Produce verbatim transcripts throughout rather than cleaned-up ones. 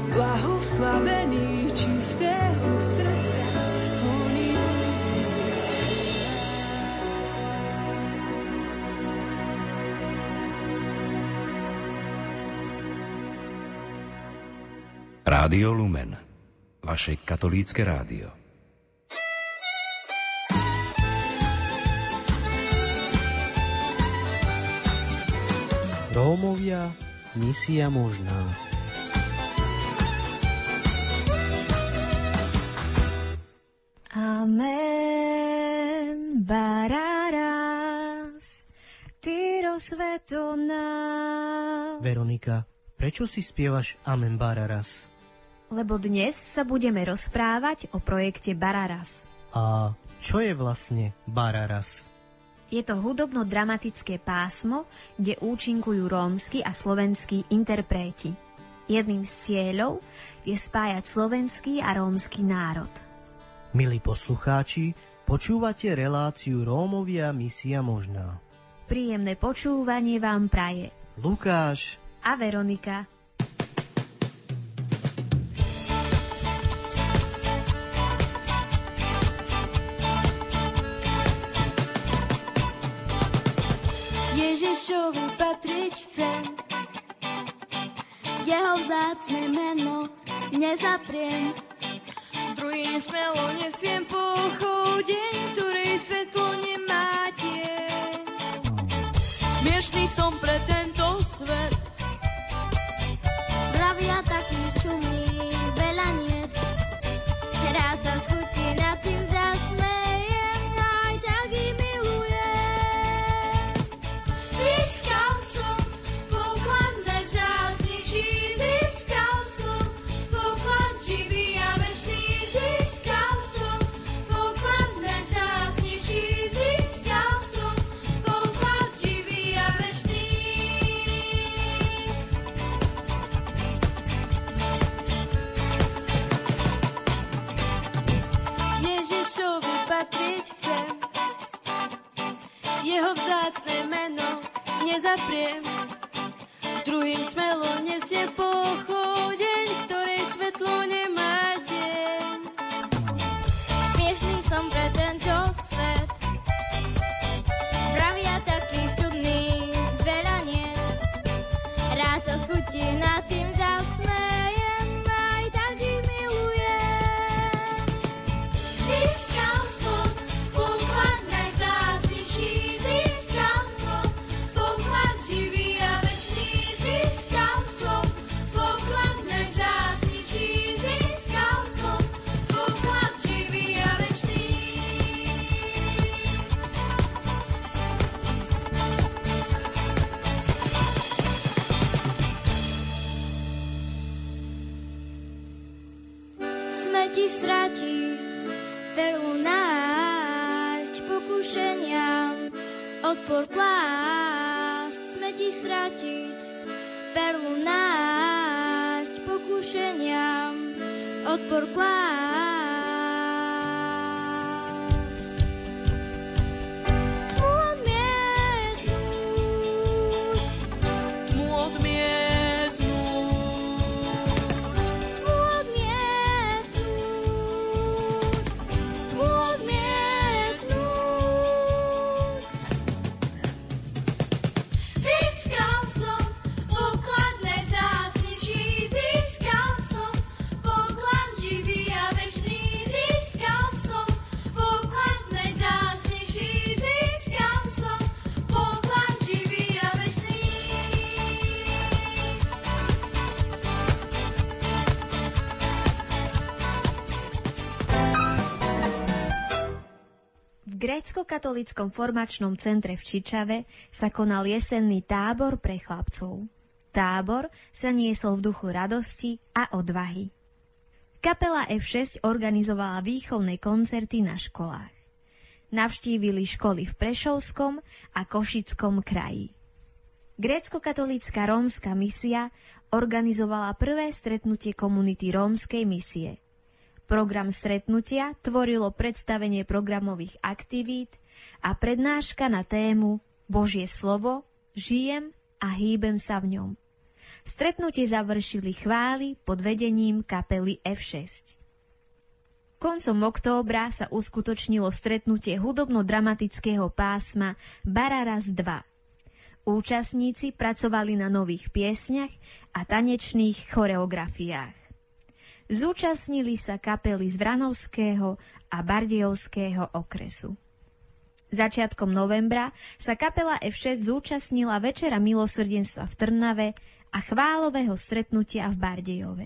blahoslavený čistého srdca. On je. Rádio Lumen, vaše katolícke rádio. Rómovia, misia možná. Amen, bararas, tyro sveto nám. Veronika, prečo si spievaš Amen, bararas? Lebo dnes sa budeme rozprávať o projekte Bararas. A čo je vlastne Bararas? Je to hudobno-dramatické pásmo, kde účinkujú rómski a slovenskí interpreti. Jedným z cieľov je spájať slovenský a rómsky národ. Milí poslucháči, počúvate reláciu Rómovia, misia možná. Príjemné počúvanie vám praje Lukáš a Veronika. Ježišovi patriť chcem, jeho vzácne meno nezapriem. Druhý smelo nesiem pochodeň, ktorej svetlo nemá tieň. Smiešný som pre tento svet, Vravia taký čumný, veľa niet. Rád sa schutí, nad tým zasmejem, aj tak i milujem. Získal som poklad najvzácnejší, získal som poklad živý a večný, získal som poklad najvzácnejší, získal som poklad živý a večný. Ježišovi patriť chcem, jeho vzácne meno nezapriem. Druhým smelo nesie pochodeň, ktorej svetlo nemá tieň. Smiešný som pre tento svet, vravia takých čudných veľa nie. Rád sa schutí, nad tým zasmejem, aj tak ich milujem. Získal som poklad najvzácnejší, získal som poklad živý a večný, získal som poklad najvzácnejší, získal som poklad živý a večný. Smeti stratiť, veru nájsť pokušeniam, odpor klásť. Smeti stratiť, veru nájsť pokušeniam, odpor klásť. Tmu odmietnúť, tmu odmietnúť. tmu odmietnúť, tmu odmietnúť. Získal som poklad najvzácnejší, získal som poklad živý a večný, získal som poklad najvzácnejší, získal som poklad živý a večný. V grécko-katolickom formačnom centre v Čičave sa konal jesenný tábor pre chlapcov. Tábor sa niesol v duchu radosti a odvahy. Kapela ef šesť organizovala výchovné koncerty na školách. Navštívili školy v Prešovskom a Košickom kraji. Grécko-katolícka rómska misia organizovala prvé stretnutie komunity rómskej misie. Program stretnutia tvorilo predstavenie programových aktivít a prednáška na tému Božie slovo, žijem a hýbem sa v ňom. Stretnutie završili chvály pod vedením kapely ef šesť. Koncom októbra sa uskutočnilo stretnutie hudobno-dramatického pásma Bararas dva. Účastníci pracovali na nových piesňach a tanečných choreografiách. Zúčastnili sa kapely z Vranovského a Bardejovského okresu. Začiatkom novembra sa kapela ef šesť zúčastnila Večera milosrdenstva v Trnave a chválového stretnutia v Bardejove.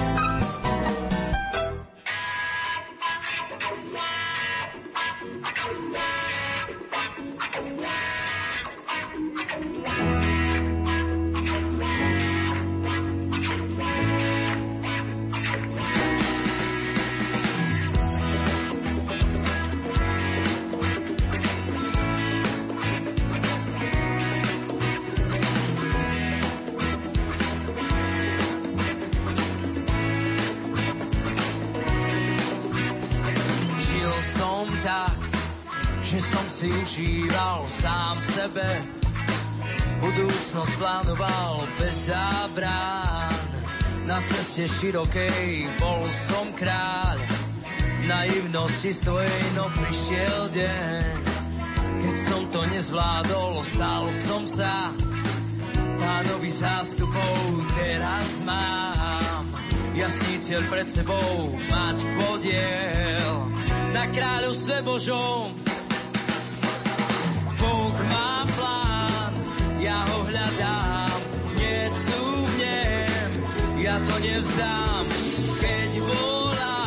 Že som si užíval sám sebe, budúcnosť plánoval bez zábrán. Na ceste širokej bol som kráľ, naivnosti svojej, no prišiel deň. Keď som to nezvládol, vstal som sa, pánovi zástupov teraz mám. Jasný cieľ pred sebou, mať podiel na kráľovstve Božom. Boh má plán, ja ho hľadám, necúvnem, ja to nevzdám. Keď volá,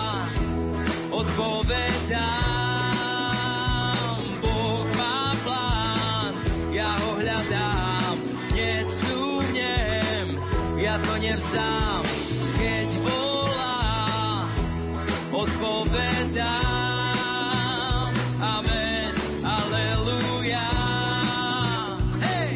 odpovedám. Boh má plán, ja ho hľadám, necúvnem, ja to nevzdám. Keď volá, odpovedám. Amen, aleluja. Hej!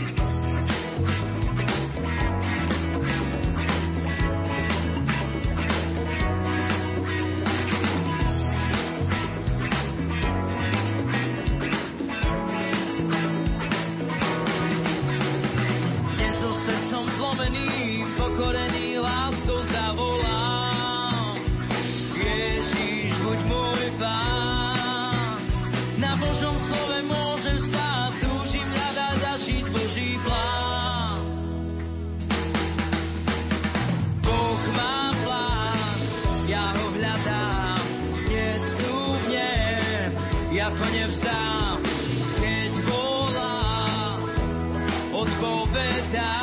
Dnes so srdcom zlomeným, pokorený láskou zavolám. Ježiš, buď môj Pán. Na Božom slove môžem stáť, túžim hľadať a žiť Boží plán. Boh má plán, ja ho hľadám, necúvnem, ja to nevzdám. Keď volá, odpovedám.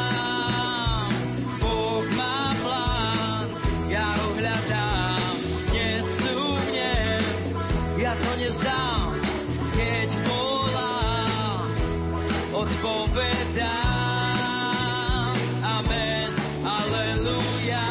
Nezdám, keď volá, odpovedám. Amen, aleluja.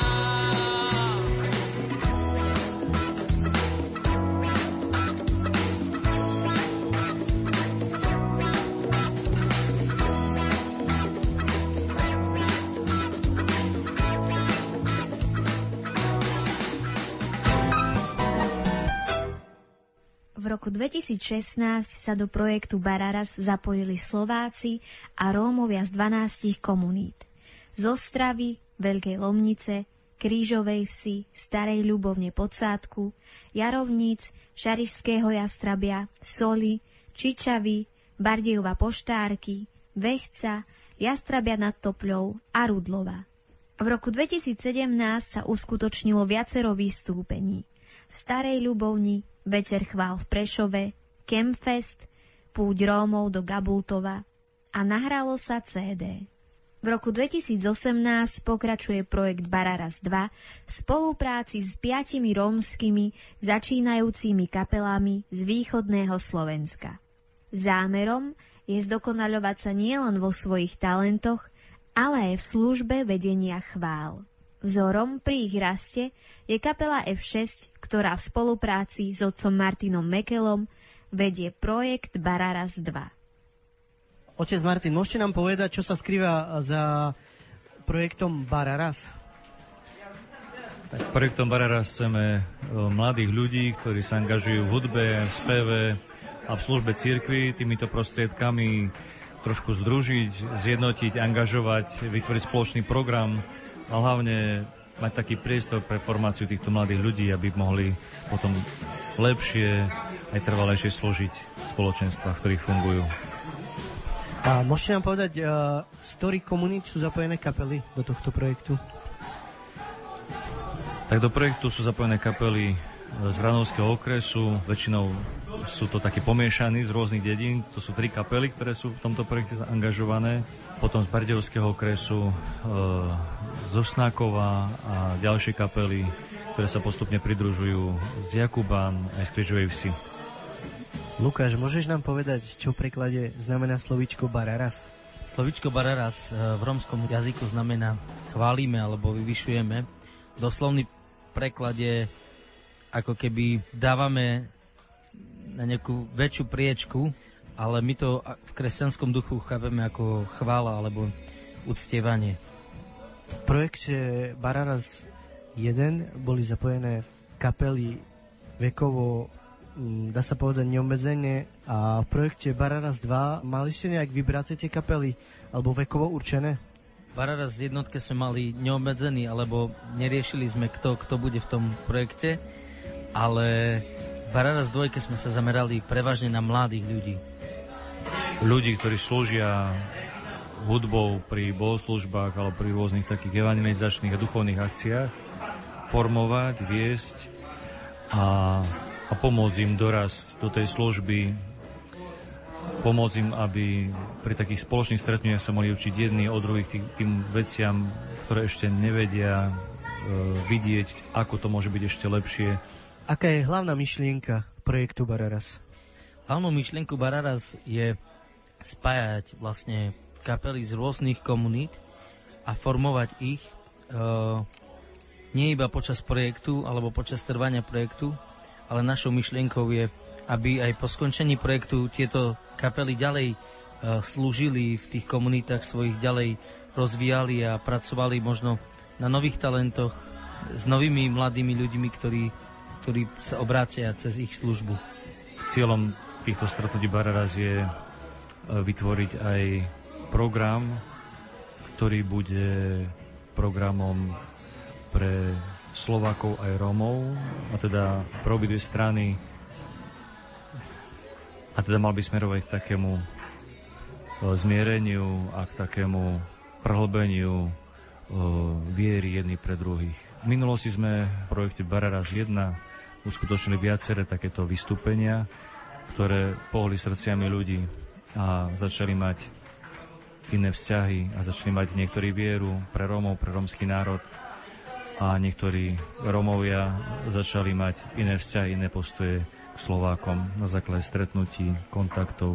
V roku dvetisícšestnásť sa do projektu Bararas zapojili Slováci a Rómovia z dvanástich komunít. Z Ostravy, Veľkej Lomnice, Krížovej Vsi, Starej Ľubovne Podsádku, Jarovníc, Šarišského Jastrabia, Soli, Čičavy, Bardejova Poštárky, Vechca, Jastrabia nad Topľou a Rudlova. V roku dvetisícsedemnásť sa uskutočnilo viacero vystúpení. V Starej Ľubovni Večer chvál v Prešove, Kempfest, Púť Rómov do Gabultova a nahralo sa cé dé. V roku dvetisícosemnásť pokračuje projekt Bararas dva v spolupráci s piatimi rómskymi začínajúcimi kapelami z východného Slovenska. Zámerom je zdokonaľovať sa nielen vo svojich talentoch, ale aj v službe vedenia chvál. Vzorom pri ich raste je kapela ef šesť, ktorá v spolupráci s otcom Martinom Mekelom vedie projekt Bararas dva. Otec Martin, môžete nám povedať, čo sa skrýva za projektom Bararas? Tak projektom Bararas chceme mladých ľudí, ktorí sa angažujú v hudbe, v speve a v službe cirkvi. Týmito prostriedkami trošku združiť, zjednotiť, angažovať, vytvoriť spoločný program a hlavne mať taký priestor pre formáciu týchto mladých ľudí, aby mohli potom lepšie aj trvalejšie slúžiť v spoločenstvách, v ktorých fungujú. A môžete nám povedať, uh, z ktorých komunít sú zapojené kapely do tohto projektu? Tak do projektu sú zapojené kapely z Vranovského okresu, väčšinou sú to také pomiešaní z rôznych dedín, to sú tri kapely, ktoré sú v tomto projekte zaangažované, potom z Bardejovského okresu, e, z Osnákova a ďalšie kapely, ktoré sa postupne pridružujú z Jakubán aj z Križovej Vsi. Lukáš, môžeš nám povedať, čo v preklade znamená slovíčko bararas? Slovíčko bararas v rómskom jazyku znamená chválime alebo vyvyšujeme. Doslovný preklad je ako keby dávame na nejakú väčšiu priečku, ale my to v kresťanskom duchu chápeme ako chvála alebo uctievanie. V projekte Bararas jeden boli zapojené kapely vekovo, dá sa povedať, neobmedzenie, a v projekte Bararas dva mali ste nejak vybraté tie kapely alebo vekovo určené? Bararas jednotke sme mali neobmedzený, alebo neriešili sme, kto, kto bude v tom projekte, ale v Bararas dvojke sme sa zamerali prevažne na mladých ľudí. Ľudí, ktorí slúžia hudbou pri bohoslúžbách alebo pri rôznych takých evangelizačných a duchovných akciách, formovať, viesť a, a pomôcť im dorasť do tej služby, pomôcť im, aby pri takých spoločných stretnutiach sa mohli učiť jedni od druhých tým, tým veciam, ktoré ešte nevedia, e, vidieť, ako to môže byť ešte lepšie. Aká je hlavná myšlienka projektu Bararas? Hlavnou myšlienkou Bararas je spájať vlastne kapely z rôznych komunít a formovať ich e, nie iba počas projektu alebo počas trvania projektu, ale našou myšlienkou je, aby aj po skončení projektu tieto kapely ďalej e, slúžili v tých komunitách svojich, ďalej rozvíjali a pracovali možno na nových talentoch s novými mladými ľuďmi, ktorí, ktorí sa obrátia cez ich službu. Cieľom týchto stretnutí Bararas je vytvoriť aj program, ktorý bude programom pre Slovákov aj Rómov, a teda pre obidve strany, a teda mal by smerovať k takému zmiereniu a k takému prehlbeniu viery jedných pre druhých. V minulosti sme v projekte Bararas jeden uskutočnili viaceré takéto vystúpenia, ktoré pohli srdciami ľudí a začali mať iné vzťahy a začali mať niektorí vieru pre Rómov, pre rómsky národ, a niektorí Rómovia začali mať iné vzťahy, iné postoje k Slovákom na základe stretnutí, kontaktov,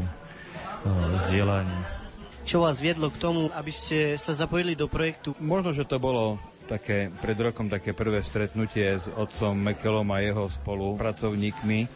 zdieľaní. Čo vás viedlo k tomu, aby ste sa zapojili do projektu? Možno, že to bolo také pred rokom také prvé stretnutie s otcom Mekelom a jeho spolupracovníkmi.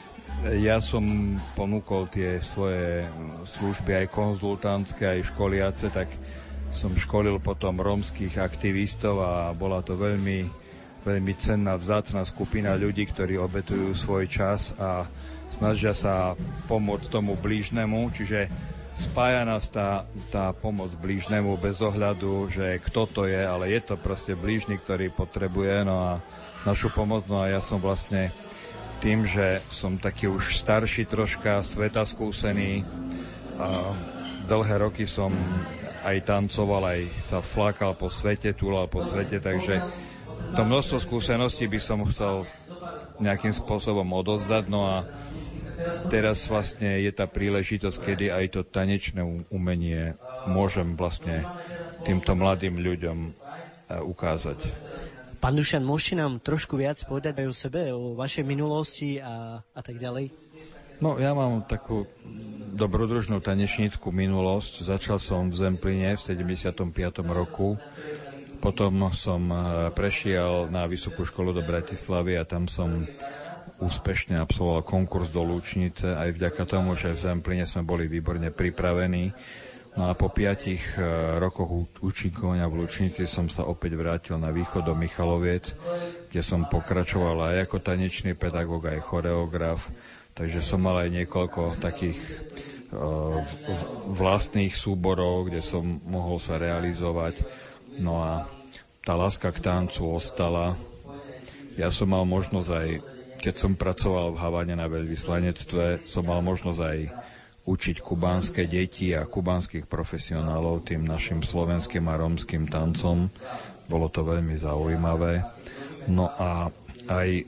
Ja som ponúkol tie svoje služby aj konzultantské, aj školiace, tak som školil potom rómskych aktivistov a bola to veľmi, veľmi cenná, vzácna skupina ľudí, ktorí obetujú svoj čas a snažia sa pomôcť tomu blížnemu, čiže spája nás tá, tá pomoc blížnemu bez ohľadu, že kto to je, ale je to proste blížny, ktorý potrebuje no a našu pomoc. No a ja som vlastne tým, že som taký už starší troška, sveta skúsený a dlhé roky som aj tancoval, aj sa flákal po svete, túlal po svete, takže to množstvo skúseností by som chcel nejakým spôsobom odovzdať. No a teraz vlastne je tá príležitosť, kedy aj to tanečné umenie môžem vlastne týmto mladým ľuďom ukázať. Pán Dušan, môžete nám trošku viac povedať aj o sebe, o vašej minulosti a, a tak ďalej? No, ja mám takú dobrodružnú tanečnícku minulosť. Začal som v Zempline v sedemdesiatom piatom roku. Potom som prešiel na Vysokú školu do Bratislavy a tam som úspešne absolvoval konkurs do Lučnice. Aj vďaka tomu, že v Zempline sme boli výborne pripravení. No a po piatich rokoch účinkovania v Lučnici som sa opäť vrátil na východ do Michaloviec, kde som pokračoval aj ako tanečný pedagóg, aj choreograf. Takže som mal aj niekoľko takých v vlastných súborov, kde som mohol sa realizovať. No a tá láska k tancu ostala. Ja som mal možnosť aj, keď som pracoval v Havane na veľvyslanectve, som mal možnosť aj učiť kubánske deti a kubánskych profesionálov tým našim slovenským a rómskym tancom. Bolo to veľmi zaujímavé. No a aj e,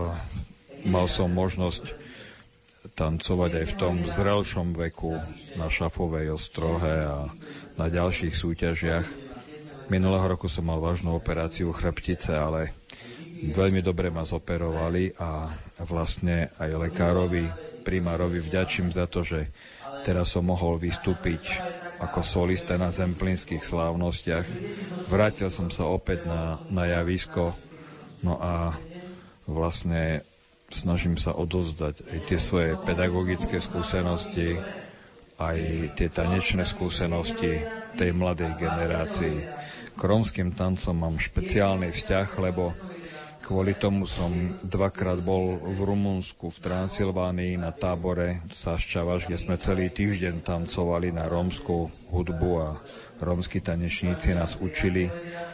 mal som možnosť tancovať aj v tom zrelšom veku na Šafovej ostrohe a na ďalších súťažiach. Minulého roku som mal vážnu operáciu chrbtice, ale veľmi dobre ma zoperovali a vlastne aj lekárovi, primárovi vďačím za to, že teraz som mohol vystúpiť ako solista na zemplínskych slávnostiach. Vrátil som sa opäť na, na javisko, no a vlastne snažím sa odozdať aj tie svoje pedagogické skúsenosti, aj tie tanečné skúsenosti tej mladej generácii. K rómskym tancom mám špeciálny vzťah, lebo kvôli tomu som dvakrát bol v Rumunsku, v Transylvánii na tábore Saščavaš, kde sme celý týždeň tancovali na rómsku hudbu a rómski tanečníci nás učili.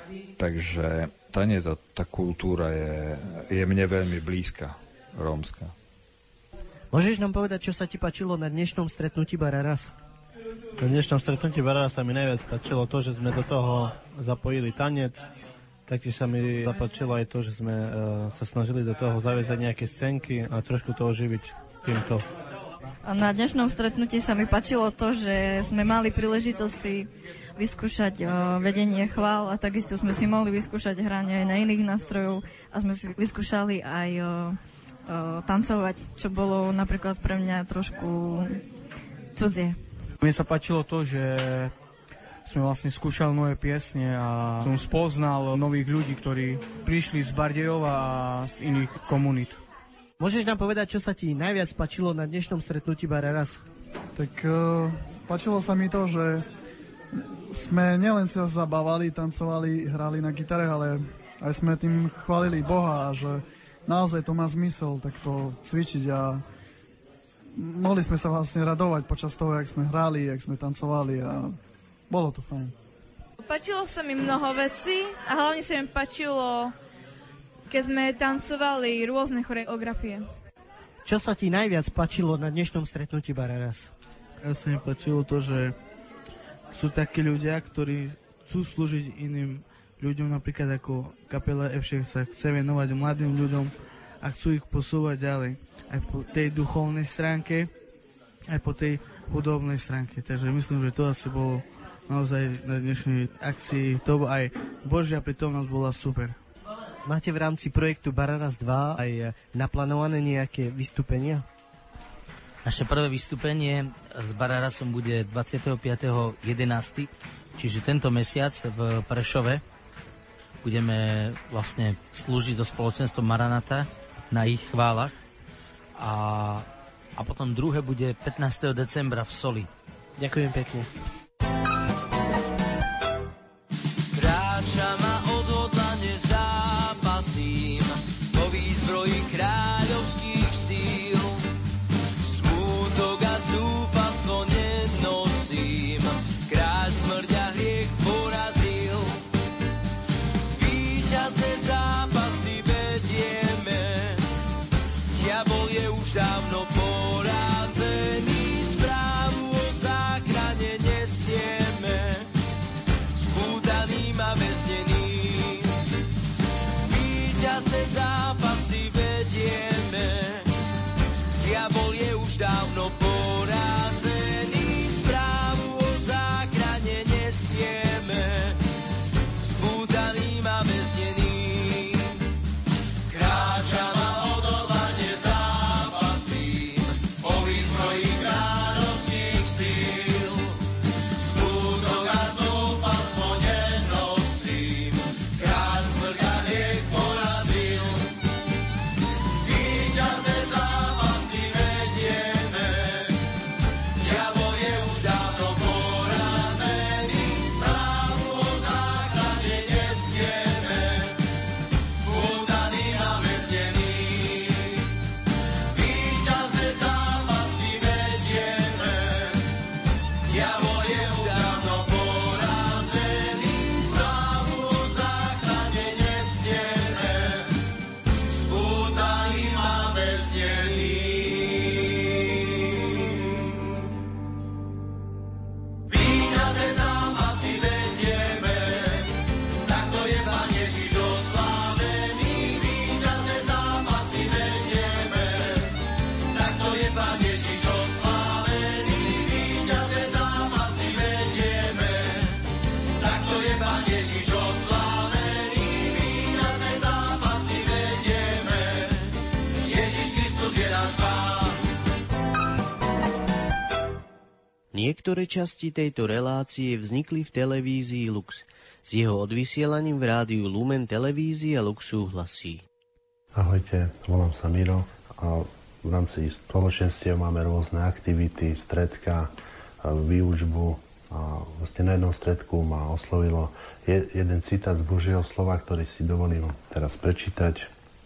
Takže tanec a tá kultúra je, je mne veľmi blízka. Rómska. Môžeš nám povedať, čo sa ti páčilo na dnešnom stretnutí Bararas? Na dnešnom stretnutí Bararas sa mi najviac páčilo to, že sme do toho zapojili tanec. Taktiež sa mi zapáčilo aj to, že sme uh, sa snažili do toho zaviesť nejaké scénky a trošku to oživiť týmto. A na dnešnom stretnutí sa mi páčilo to, že sme mali príležitosť si vyskúšať uh, vedenie chvál a takisto sme si mohli vyskúšať hranie aj na iných nástrojov a sme si vyskúšali aj uh, uh, tancovať, čo bolo napríklad pre mňa trošku cudzie. Mne sa páčilo to, že sme vlastne skúšali nové piesne a som spoznal nových ľudí, ktorí prišli z Bardejova a z iných komunít. Môžeš nám povedať, čo sa ti najviac páčilo na dnešnom stretnutí Bararas? Tak uh, páčilo sa mi to, že sme nielen sa zabávali, tancovali, hrali na gitare, ale aj sme tým chválili Boha a že naozaj to má zmysel takto cvičiť a mohli sme sa vlastne radovať počas toho, jak sme hrali, jak sme tancovali a bolo to fajn. Páčilo sa mi mnoho vecí a hlavne sa mi páčilo, keď sme tancovali rôzne choreografie. Čo sa ti najviac páčilo na dnešnom stretnutí Bararas? Ja sa mi páčilo to, že sú takí ľudia, ktorí chcú slúžiť iným ľuďom, napríklad ako kapela Evšech sa chce venovať mladým ľuďom a chcú ich posúvať ďalej. Aj po tej duchovnej stránke, aj po tej hudobnej stránke. Takže myslím, že to asi bolo naozaj na dnešnej akcii. To aj Božia prítomnosť bola super. Máte v rámci projektu Bararas dva aj naplánované nejaké vystúpenia? Naše prvé vystúpenie s Bararasom bude dvadsiateho piateho jedenásteho čiže tento mesiac v Prešove. Budeme vlastne slúžiť so spoločenstvom Maranata na ich chválach. A, a potom druhé bude pätnásteho decembra v Soli. Ďakujem pekne. Kráčam a odhodlane zápasím po výzbroji kráľovských síl. Smútok a zúfalstvo nenosím, kráľ smrť a hriech porazil. Víťazné zápasy vedieme, diabol je už dávno porazený, správu o záchrane nesieme, spútaným a väzneným. Víťazné zápasy vedieme, diabol je už dávno porazený, správu o záchrane nesieme, spútaným a väzneným. Kráčam a odhodlane zápasím po výzbroji kráľovských síl. Smútok a zúfalstvo nenosím, kráľ smrť a hriech porazil. Víťazné zápasy vedieme, Niektoré časti tejto relácie vznikli v televízii Lux. S jeho odvysielaním v rádiu Lumen televízia Lux súhlasí. Ahojte, volám sa Miro a v rámci spoločenstiev máme rôzne aktivity, stredka, výučbu a vlastne na jednom stredku ma oslovilo je, jeden citát z Božieho slova, ktorý si dovolím teraz prečítať.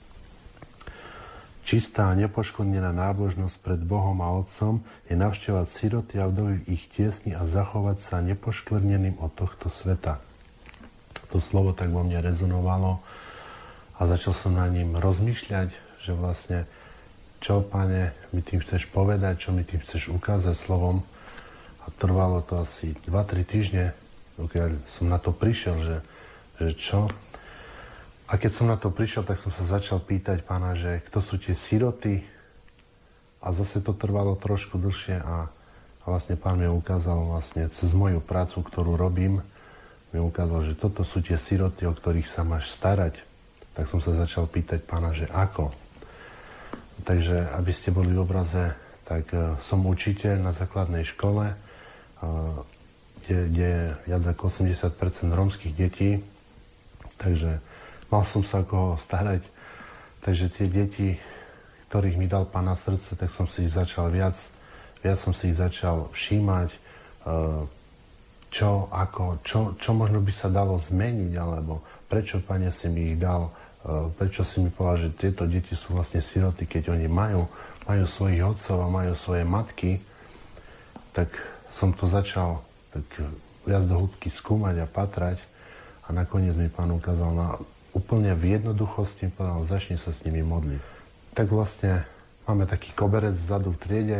Čistá a nepoškodnená nábožnosť pred Bohom a Otcom je navštevovať siroty a vdovy v ich tiesni a zachovať sa nepoškvrneným od tohto sveta. To slovo tak vo mne rezonovalo a začal som na ním rozmýšľať, že vlastne čo, Pane, mi tým chceš povedať, čo mi tým chceš ukázať slovom. A trvalo to asi dva tri týždne, dokiaľ som na to prišiel, že, že čo. A keď som na to prišiel, tak som sa začal pýtať Pána, že kto sú tie siroty. A zase to trvalo trošku dlhšie a, a vlastne Pán mi ukázal vlastne cez moju prácu, ktorú robím, mi ukázal, že toto sú tie siroty, o ktorých sa máš starať. Tak som sa začal pýtať Pána, že ako. Takže, aby ste boli v obraze, tak uh, som učiteľ na základnej škole, uh, kde, kde je ako osemdesiat percent rómskych detí. Takže mal som sa koho starať, takže tie deti, ktorých mi dal Pán na srdce, tak som si ich začal viac, viac som si ich začal všímať, čo, ako, čo, čo možno by sa dalo zmeniť, alebo prečo, Pane, si mi ich dal, prečo si mi povedal, že tieto deti sú vlastne siroty, keď oni majú, majú svojich otcov a majú svoje matky, tak som to začal tak viac do hĺbky skúmať a patrať a nakoniec mi Pán ukázal na úplne v jednoduchosti, povedal, začni sa s nimi modliť. Tak vlastne máme taký koberec vzadu v triede,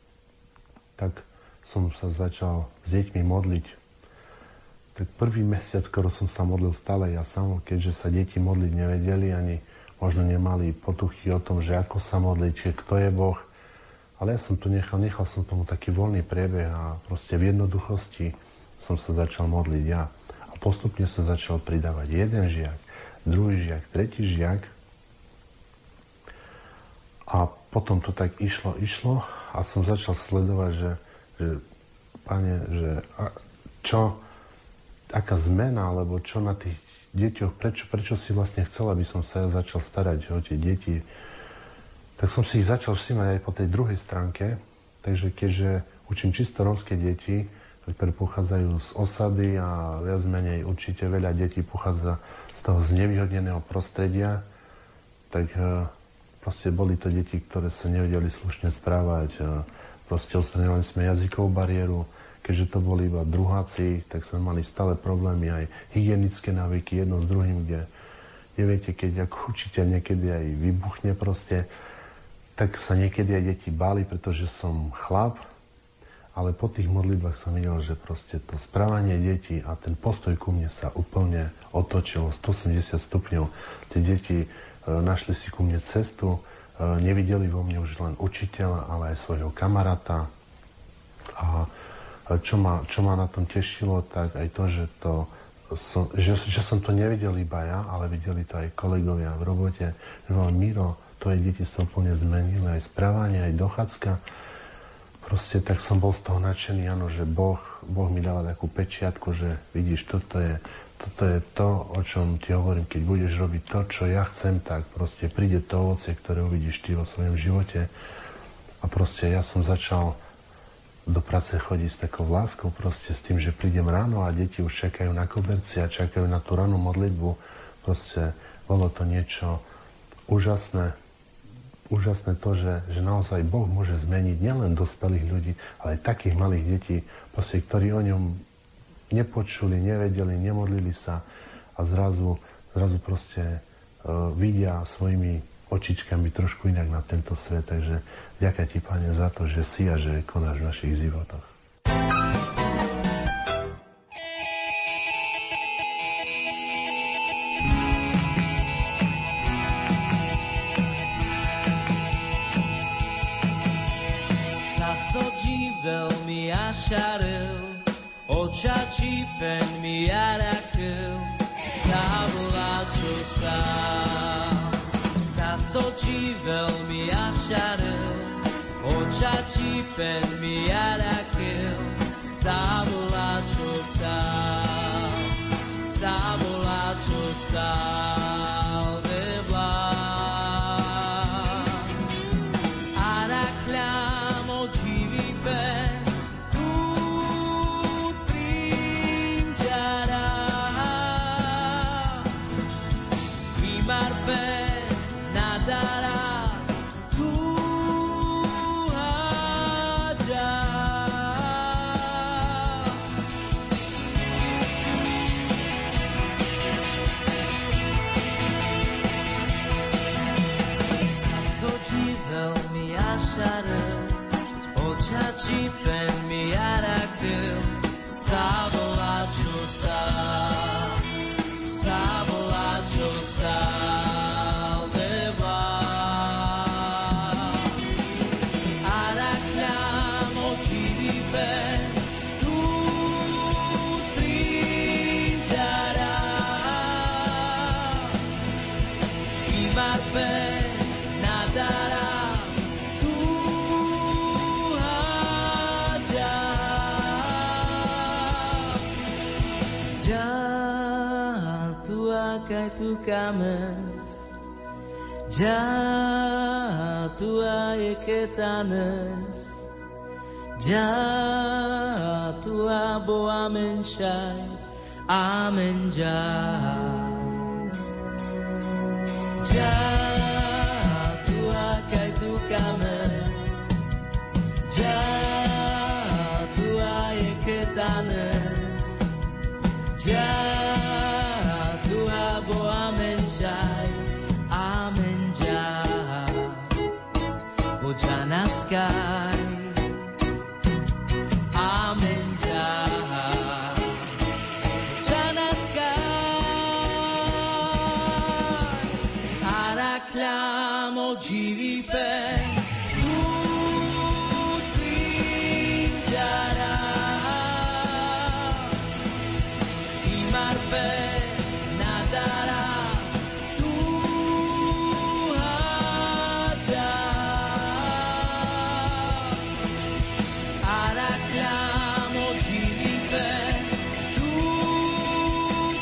tak som sa začal s deťmi modliť. Tak prvý mesiac, skoro som sa modlil stále ja sám, keďže sa deti modliť nevedeli, ani možno nemali potuchy o tom, že ako sa modliť, kto je Boh. Ale ja som to nechal, nechal som tomu taký voľný priebeh a proste v jednoduchosti som sa začal modliť ja. A postupne sa začal pridávať jeden žiak, druhý žiak, tretí žiak. A potom to tak išlo, išlo a som začal sledovať, že, že Pane, že a, čo, aká zmena, alebo čo na tých deťoch, prečo, prečo si vlastne chcel, aby som sa začal starať o tie deti. Tak som si ich začal všímať aj po tej druhej stránke. Takže keďže učím čisto rómske deti, ktoré pochádzajú z osady a viac menej určite veľa detí pochádza toho znevýhodneného prostredia, tak uh, proste boli to deti, ktoré sa nevedeli slušne správať. Uh, proste odstraňovali sme jazykovú bariéru. Keďže to boli iba druháci, tak sme mali stále problémy, aj hygienické návyky jedno s druhým, kde neviete, keď ako učiteľ niekedy aj vybuchne proste, tak sa niekedy aj deti báli, pretože som chlap, ale po tých modlitbách som videl, že proste to správanie detí a ten postoj ku mne sa úplne otočil stoosemdesiat stupňov. Tie deti e, našli si ku mne cestu, e, nevideli vo mne už len učiteľa, ale aj svojho kamaráta. A čo ma, čo ma na tom tešilo, tak aj to, že, to som, že, že som to nevidel iba ja, ale videli to aj kolegovia v robote. Že Miro, tvoje deti sa úplne zmenili, aj správanie, aj dochádzka. Proste tak som bol z toho nadšený, áno, že Boh, Boh mi dáva takú pečiatku, že vidíš, toto je, toto je to, o čom ti hovorím, keď budeš robiť to, čo ja chcem, tak proste príde to ovocie, ktoré uvidíš ty vo svojom živote. A proste ja som začal do práce chodiť s takou láskou, proste s tým, že prídem ráno a deti už čakajú na koberci a čakajú na tú ranú modlitbu. Proste bolo to niečo úžasné. Úžasné to, že, že naozaj Boh môže zmeniť nielen dospelých ľudí, ale aj takých malých detí, proste, ktorí o ňom nepočuli, nevedeli, nemodlili sa a zrazu, zrazu proste uh, vidia svojimi očičkami trošku inak na tento svet. Takže ďakujem ti, Pane, za to, že si a že konáš v našich životoch. Veľmi ašaril, očačí pen mi jarakil, zavolačil sa. Sa sočí veľmi ašaril, očačí pen mi jarakil, sa volá, čo stál, sa volá, čo stál ve vlád. A rakľám očí vypen, tu prinčarás, vymar pes nadaraz, tu háďa. Sasoči veľmi ašare, očači veľmi arakel, sa volá, čo sa, sa volá, čo sa ve vlád. A rakľám očí vypen, tu prinčarás, vymar pes nadaraz, tu háďa. Ja tu akaj tu kames, ja tu aje ketanes, ja tu abo amen shai, amen ja. Ja tu akaj tu kames, ja tu aje ketanes, ja tu abo amen shai, amen ja. Boja na sky, amen ja. Boja na sky, a rakľám očí vypen, ľud prinčarás, vymar pes nadaraz, tu háďa. A rakľám očí vypen, ľud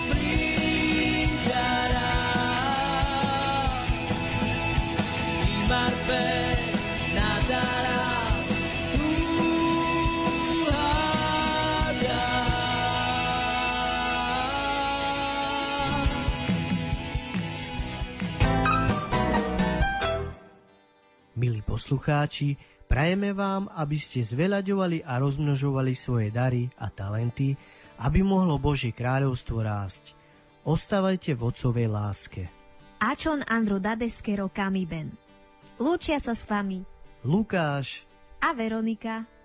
prinčarás, vymar pes nadaraz, tu háďa. Milí poslucháči, prajeme vám, aby ste zveľaďovali a rozmnožovali svoje dary a talenty, aby mohlo Božie kráľovstvo rásť. Ostávajte v Otcovej láske. Ačon Andro Dadeskero Kamiben. Lúčia sa s vami Lukáš a Veronika.